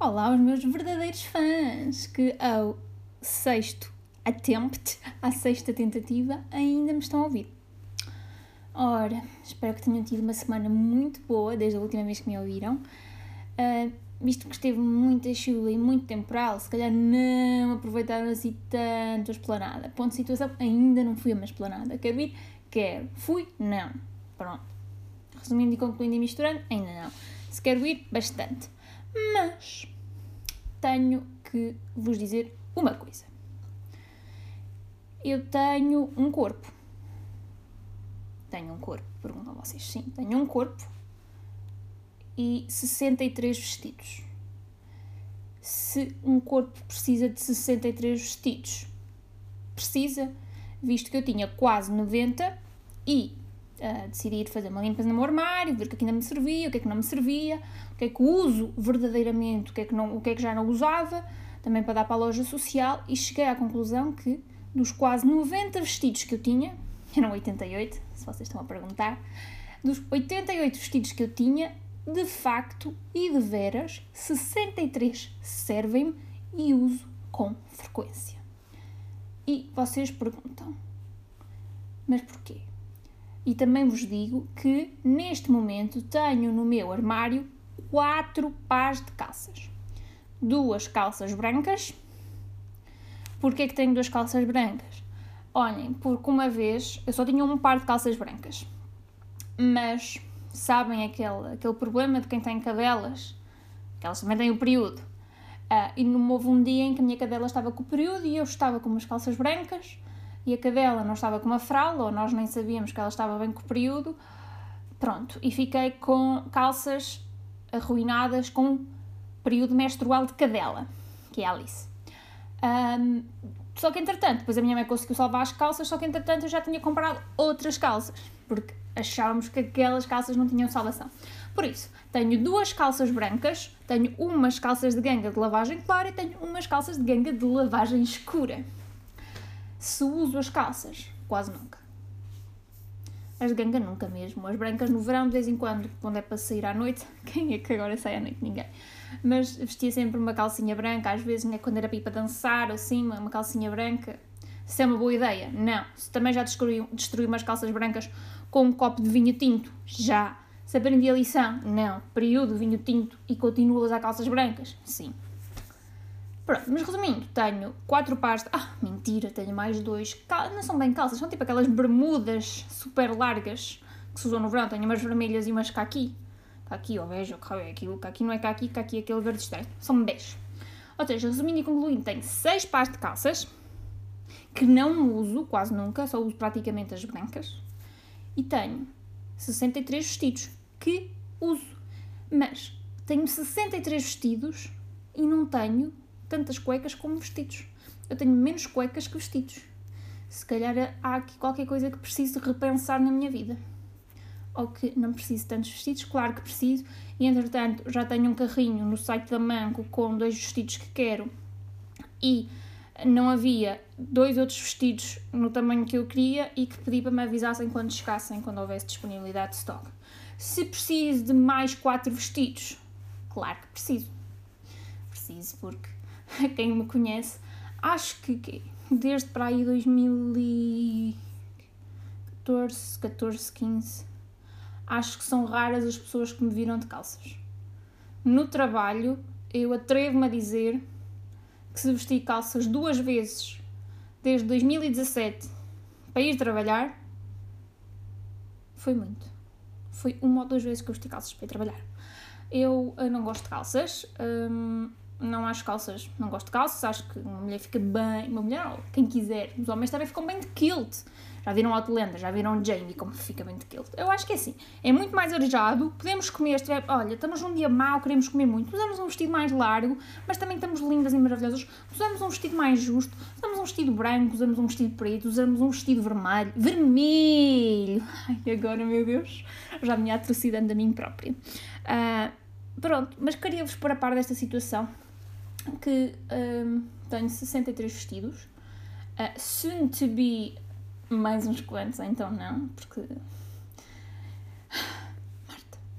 Olá aos meus verdadeiros fãs, que ao sexto attempt, à sexta tentativa, ainda me estão a ouvir. Ora, espero que tenham tido uma semana muito boa desde a última vez que me ouviram. Visto que esteve muita chuva e muito temporal, se calhar não aproveitaram assim tanto a esplanada. Ponto de situação, ainda não fui a uma esplanada. Quero ir? Quero. Fui? Não. Pronto. Resumindo e concluindo e misturando, ainda não. Se quero ir, bastante. Mas tenho que vos dizer uma coisa. Eu tenho um corpo. Tenho um corpo, perguntam vocês. Sim, tenho um corpo e 63 vestidos. Se um corpo precisa de 63 vestidos, precisa, visto que eu tinha quase 90 e decidi ir fazer uma limpeza no meu armário, ver o que é que ainda me servia, o que é que não me servia, o que é que uso verdadeiramente, o que é que já não usava, também para dar para a loja social, e cheguei à conclusão que dos quase 90 vestidos que eu tinha, eram 88, se vocês estão a perguntar, dos 88 vestidos que eu tinha, de facto e de veras, 63 servem-me e uso com frequência. E vocês perguntam, mas porquê? E também vos digo que neste momento tenho no meu armário 4 pares de calças. 2 calças brancas. Porquê é que tenho 2 calças brancas? Olhem, porque uma vez eu só tinha um par de calças brancas, mas sabem aquele problema de quem tem cadelas, que elas também têm o período, e não houve um dia em que a minha cadela estava com o período e eu estava com umas calças brancas e a cadela não estava com uma fralda, ou nós nem sabíamos que ela estava bem com o período, pronto, e fiquei com calças arruinadas com período menstrual de cadela, que é a Alice. Só que entretanto, depois a minha mãe conseguiu salvar as calças, só que entretanto eu já tinha comprado outras calças, porque achávamos que aquelas calças não tinham salvação. Por isso, tenho 2 calças brancas, tenho umas calças de ganga de lavagem clara e tenho umas calças de ganga de lavagem escura. Se uso as calças, quase nunca. As de ganga nunca mesmo. As brancas no verão, de vez em quando é para sair à noite. Quem é que agora sai à noite? Ninguém. Mas vestia sempre uma calcinha branca, às vezes, né, quando era para ir para dançar, assim, uma calcinha branca. Se é uma boa ideia? Não. Se também já destruí umas calças brancas com um copo de vinho tinto? Já. Se aprendi a lição? Não. Período, vinho tinto e continuo a usar calças brancas? Sim. Pronto, mas resumindo, tenho 4 pares de... mentira, tenho mais 2. Não são bem calças, são tipo aquelas bermudas super largas que se usam no verão. Tenho umas vermelhas e umas caqui. Caqui ou bege, ou aquilo. Caqui não é caqui é aquele verde estranho. São bege. Ou seja, resumindo e concluindo, tenho 6 pares de calças que não uso quase nunca, só uso praticamente as brancas. E tenho 63 vestidos que uso. Mas tenho 63 vestidos e não tenho tantas cuecas como vestidos. Eu tenho menos cuecas que vestidos. Se calhar há aqui qualquer coisa que preciso repensar na minha vida. Ou que não preciso de tantos vestidos, claro que preciso, e entretanto já tenho um carrinho no site da Manco com 2 vestidos que quero e não havia 2 outros vestidos no tamanho que eu queria e que pedi para me avisassem quando chegassem, quando houvesse disponibilidade de stock. Se preciso de mais 4 vestidos, claro que preciso. Preciso porque quem me conhece, acho que desde para aí 2014, 15, acho que são raras as pessoas que me viram de calças. No trabalho, eu atrevo-me a dizer que se vesti calças 2 vezes desde 2017 para ir trabalhar, foi muito. Foi 1 ou 2 vezes que eu vesti calças para ir trabalhar. Eu não gosto de calças, não gosto de calças, acho que uma mulher fica bem, uma mulher ou quem quiser, os homens também ficam bem de kilt. Já viram Outlander, já viram Jamie como fica bem de kilt. Eu acho que é assim, é muito mais arejado, podemos comer, olha, estamos num dia mau, queremos comer muito, usamos um vestido mais largo, mas também estamos lindas e maravilhosas, usamos um vestido mais justo, usamos um vestido branco, usamos um vestido preto, usamos um vestido vermelho, ai agora meu Deus, já me ia atrocidando a mim própria. Pronto, mas queria-vos pôr a par desta situação, que tenho 63 vestidos, soon to be mais uns quantos, então não, porque... Marta,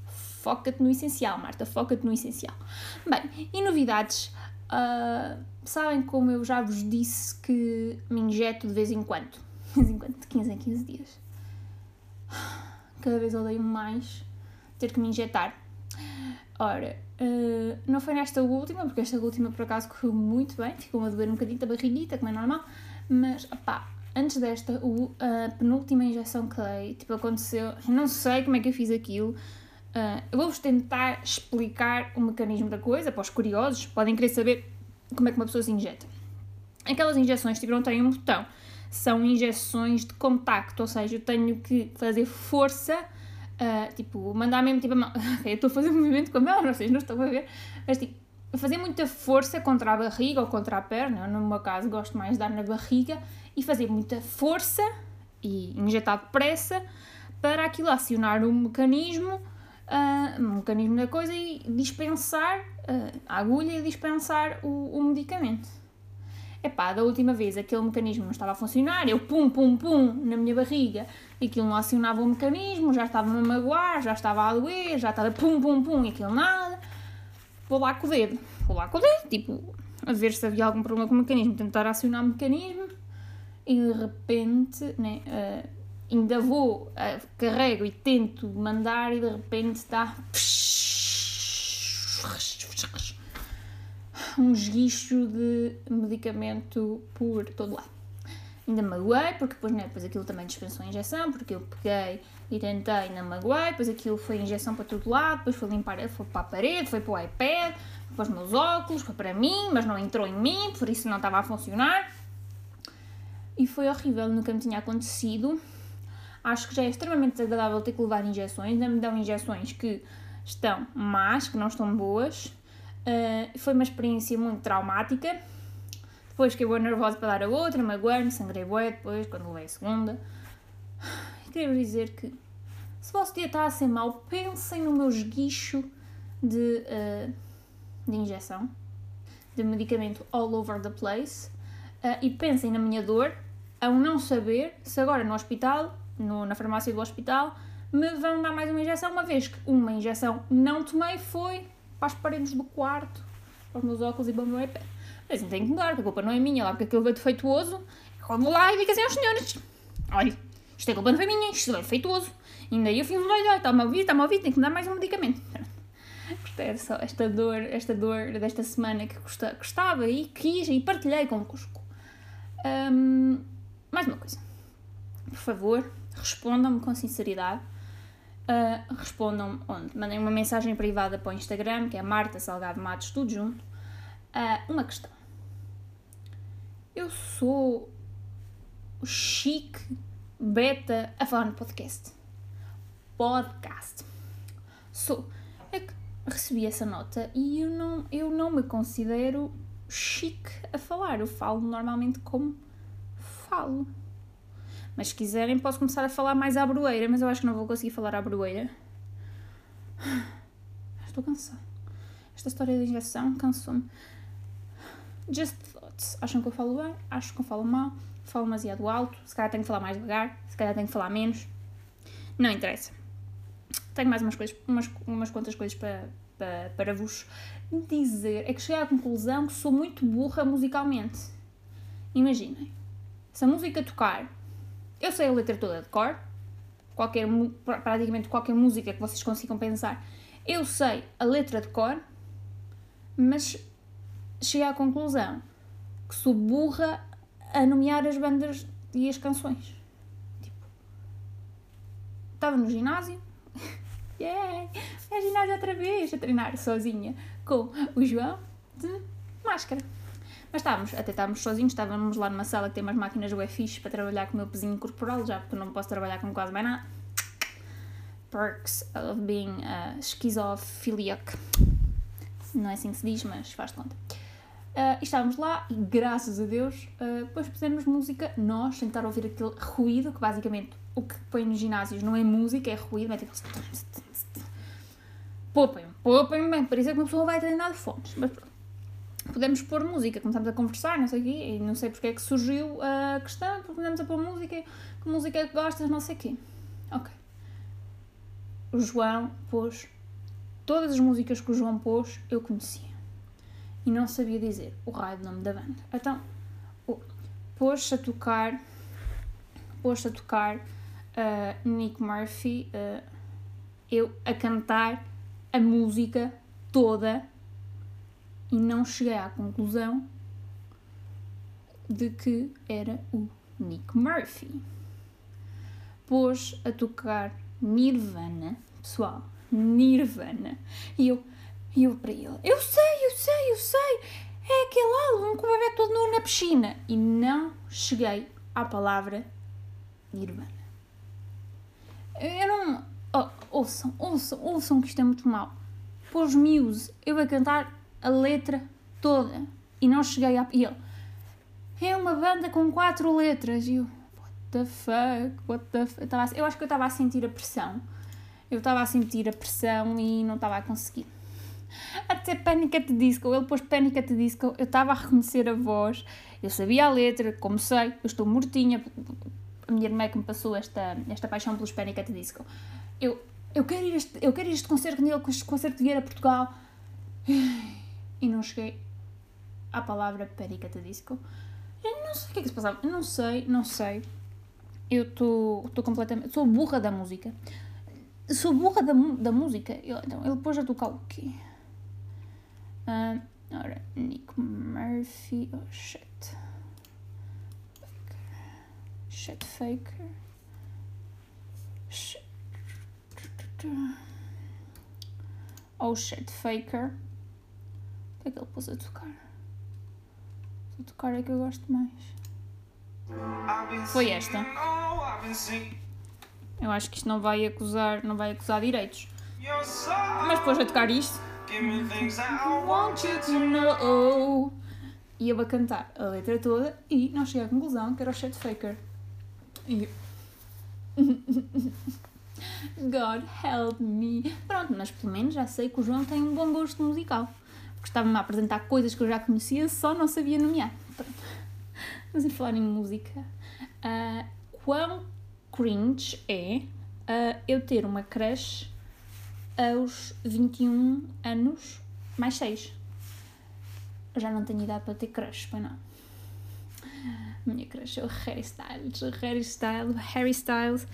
foca-te no essencial, Marta, foca-te no essencial. Bem, e novidades? Sabem como eu já vos disse que me injeto de vez em quando, de 15 em 15 dias. Cada vez odeio mais ter que me injetar. Ora, não foi nesta última, porque esta última por acaso correu muito bem, ficou-me a doer um bocadinho da barriguita, como é normal, mas, antes desta, a penúltima injeção que dei, tipo, aconteceu, eu não sei como é que eu fiz aquilo, eu vou-vos tentar explicar o mecanismo da coisa, para os curiosos, podem querer saber como é que uma pessoa se injeta. Aquelas injeções, tipo, não têm um botão, são injeções de contacto, ou seja, eu tenho que fazer força, mandar mesmo, tipo, a mão, eu estou a fazer um movimento com a mão, vocês não estão a ver, mas, tipo, fazer muita força contra a barriga ou contra a perna, no meu caso gosto mais de dar na barriga, e fazer muita força e injetar depressa para aquilo acionar o mecanismo da coisa e dispensar a agulha e dispensar o medicamento. Da última vez aquele mecanismo não estava a funcionar, eu pum na minha barriga e aquilo não acionava o mecanismo, já estava-me a magoar, já estava a doer, já estava pum e aquilo nada. Vou lá com o dedo, tipo, a ver se havia algum problema com o mecanismo, tentar acionar o mecanismo e de repente, ainda vou, carrego e tento mandar e de repente está um esguicho de medicamento por todo lado. Ainda magoei, porque depois aquilo também dispensou a injeção, porque eu peguei e tentei, ainda magoei, depois aquilo foi injeção para todo lado, depois foi para a parede, foi para o iPad, para os meus óculos, foi para mim, mas não entrou em mim, por isso não estava a funcionar. E foi horrível, nunca me tinha acontecido. Acho que já é extremamente desagradável ter que levar injeções, ainda me dão injeções que estão más, que não estão boas. Foi uma experiência muito traumática. Depois que eu vou nervosa para dar a outra, magoei-me, sangrei bué depois, quando levei a segunda. E queria-vos dizer que, se o vosso dia está a ser mau, pensem no meu esguicho de injeção, de medicamento all over the place, e pensem na minha dor, ao não saber se agora no hospital, na farmácia do hospital, me vão dar mais uma injeção, uma vez que uma injeção não tomei foi para as paredes do quarto, para os meus óculos e para o meu iPad. Mas não tenho que mudar, porque a culpa não é minha, lá porque aquilo veio defeituoso. Eu vou lá e digo assim aos senhores: olha, isto é culpa não foi minha, isto veio defeituoso. E ainda eu fiz um doido, está-me a ouvir, tem que me dar mais um medicamento. Isto é só esta dor desta semana que gostava e quis e partilhei convosco. Mais uma coisa. Por favor, respondam-me com sinceridade. Respondam-me onde? Mandem uma mensagem privada para o Instagram, que é Marta Salgado Matos, tudo junto. Uma questão. Eu sou o chique beta a falar no podcast. Sou. É que recebi essa nota e eu não me considero chique a falar. Eu falo normalmente como falo. Mas se quiserem posso começar a falar mais à broeira, mas eu acho que não vou conseguir falar à broeira. Estou cansada. Esta história da injeção cansou-me. Just thoughts. Acham que eu falo bem? Acho que eu falo mal. Falo demasiado alto. Se calhar tenho que falar mais devagar. Se calhar tenho que falar menos. Não interessa. Tenho mais umas quantas coisas para vos dizer. É que cheguei à conclusão que sou muito burra musicalmente. Imaginem. Se a música tocar, eu sei a letra toda de cor. Praticamente qualquer música que vocês consigam pensar, eu sei a letra de cor, mas cheguei à conclusão que sou burra a nomear as bandas e as canções. Tipo, estava no ginásio, é ginásio outra vez, a treinar sozinha com o João de máscara. Mas estávamos sozinhos, estávamos lá numa sala que tem umas máquinas bué fixe para trabalhar com o meu pezinho corporal, já porque eu não posso trabalhar com quase mais nada. Perks of being schizophrenic. Não é assim que se diz, mas faz de conta. E estávamos lá e, graças a Deus, depois pusemos música, nós, sem estar a ouvir aquele ruído, que basicamente o que põe nos ginásios não é música, é ruído, é tipo... Poupem bem, por isso é que uma pessoa vai treinar de fones. Mas pronto, podemos pôr música, começamos a conversar, não sei o quê, e não sei porque é que surgiu a questão, porque podemos a pôr música, que música é que gostas, não sei o quê. Ok. O João pôs todas as músicas que o João pôs eu conhecia. E não sabia dizer o raio do nome da banda. Então, pôs-se a tocar Nick Murphy, eu a cantar a música toda e não cheguei à conclusão de que era o Nick Murphy. Pôs a tocar Nirvana, pessoal, Nirvana, e eu para ele, eu sei, é aquele álbum que o bebê todo nu na piscina, e não cheguei à palavra Nirvana. Eu não... ouçam que isto é muito mau. Pôs Muse, eu a cantar a letra toda, e não cheguei a... E ele, é uma banda com 4 letras, e eu, what the fuck, eu acho que eu estava a sentir a pressão. E não estava a conseguir. Até Panic! At the Disco, ele pôs Panic! At the Disco, eu estava a reconhecer a voz, eu sabia a letra, como sei, eu estou mortinha, a minha irmã que me passou esta paixão pelos Panic! At the Disco. Eu quero ir a este concerto nele, com este concerto de vir a Portugal, e não cheguei à palavra Panic! At the Disco. Eu não sei o que é que se passava, não sei, eu estou completamente, sou burra da música. Então, ele pôs a tocar o quê? Ora, Nick Murphy. Oh, shit. Faker. Oh, shit, Faker. O que é que ele pôs a tocar? A tocar é que eu gosto mais. Foi esta. Eu acho que isto não vai acusar direitos. Mas depois a tocar isto. E eu a cantar a letra toda e não cheguei à conclusão que era o Chet Faker. E God help me. Pronto, mas pelo menos já sei que o João tem um bom gosto musical. Porque estava-me a apresentar coisas que eu já conhecia, só não sabia nomear. Pronto. Mas em falar em música, quão cringe é eu ter uma crush aos 21 anos mais 6. Eu já não tenho idade para ter crush, pois não. A minha crush é o Harry Styles.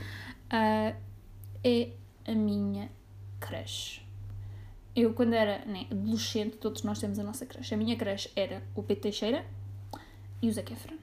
É a minha crush. Eu, quando era adolescente, todos nós temos a nossa crush. A minha crush era o Pedro Teixeira e o Zac Efron.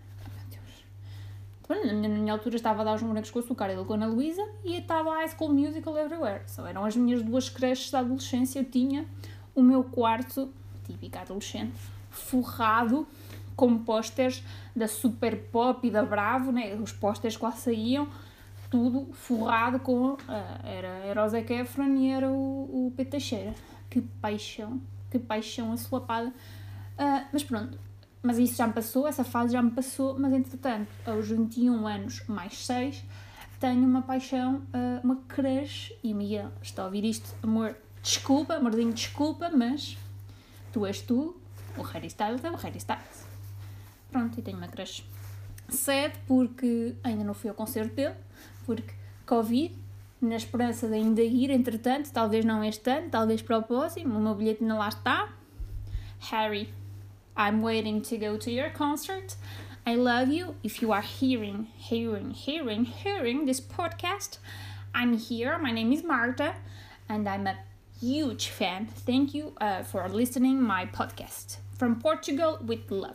Na minha altura estava a dar os morangos com açúcar e com a Ana Luísa e estava a High School Musical everywhere. Eram as minhas 2 crushes da adolescência. Eu tinha o meu quarto, típica adolescente, forrado com pósteres da Super Pop e da Bravo, né? Os pósteres que lá saíam, tudo forrado com... era o Zac Efron e era o Pedro Teixeira. Que paixão assolapada. Mas pronto. Mas isso já me passou, essa fase já me passou, mas entretanto, aos 21 anos mais 6, tenho uma paixão, uma crush, e Miguel está a ouvir isto, amorzinho, desculpa, mas tu és tu, o Harry Styles é o Harry Styles. Pronto, e tenho uma crush. Sad porque ainda não fui ao concerto dele, porque Covid, na esperança de ainda ir, entretanto, talvez não este ano, talvez para o próximo, o meu bilhete ainda lá está. Harry, I'm waiting to go to your concert. I love you. If you are hearing this podcast, I'm here. My name is Marta, and I'm a huge fan. Thank you for listening my podcast. From Portugal with love.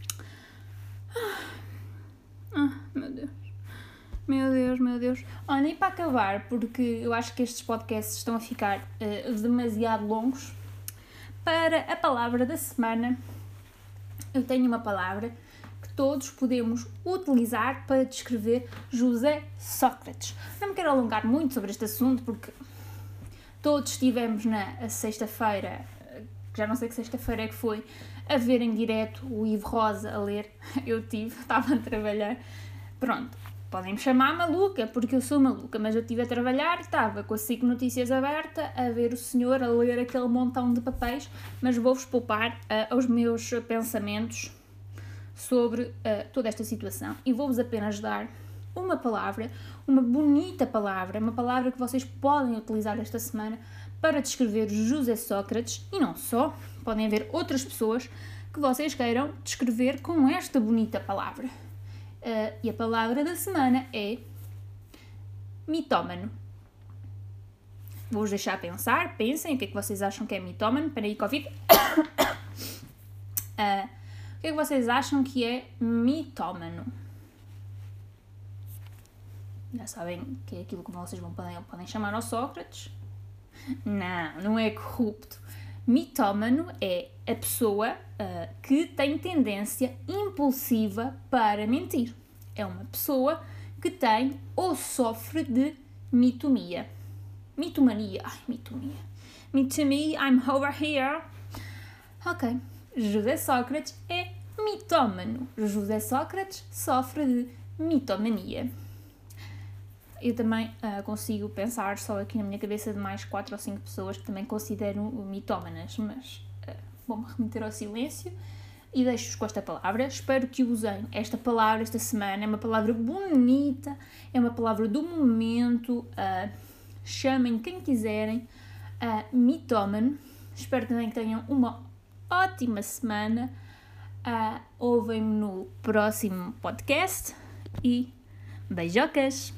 Meu Deus. Olha, e para acabar, porque eu acho que estes podcasts estão a ficar demasiado longos, para a palavra da semana, eu tenho uma palavra que todos podemos utilizar para descrever José Sócrates. Não me quero alongar muito sobre este assunto, porque todos estivemos na sexta-feira, já não sei que sexta-feira é que foi, a ver em direto o Ivo Rosa a ler. Eu estava a trabalhar. Pronto, podem me chamar maluca, porque eu sou maluca, mas eu estive a trabalhar e estava com a SIC Notícias aberta a ver o senhor a ler aquele montão de papéis, mas vou-vos poupar aos meus pensamentos sobre toda esta situação e vou-vos apenas dar uma palavra, uma bonita palavra, uma palavra que vocês podem utilizar esta semana para descrever José Sócrates, e não só, podem haver outras pessoas que vocês queiram descrever com esta bonita palavra. E a palavra da semana é mitómano. Vou-vos deixar pensar, pensem o que é que vocês acham que é mitómano. Espera aí, Covid. O que é que vocês acham que é mitómano? Já sabem que é aquilo que vocês podem chamar ao Sócrates. Não é corrupto. Mitómano é a pessoa que tem tendência impulsiva para mentir. É uma pessoa que tem ou sofre de mitomia. Mitomania. Mitomia. Me to me, I'm over here. Ok. José Sócrates é mitómano. José Sócrates sofre de mitomania. Eu também consigo pensar só aqui na minha cabeça de mais 4 ou 5 pessoas que também considero mitómanas, mas vou-me remeter ao silêncio e deixo-vos com esta palavra. Espero que usem esta palavra esta semana. É uma palavra bonita, é uma palavra do momento. Chamem quem quiserem. Mitómano. Espero também que tenham uma ótima semana. Ouvem-me no próximo podcast e beijocas!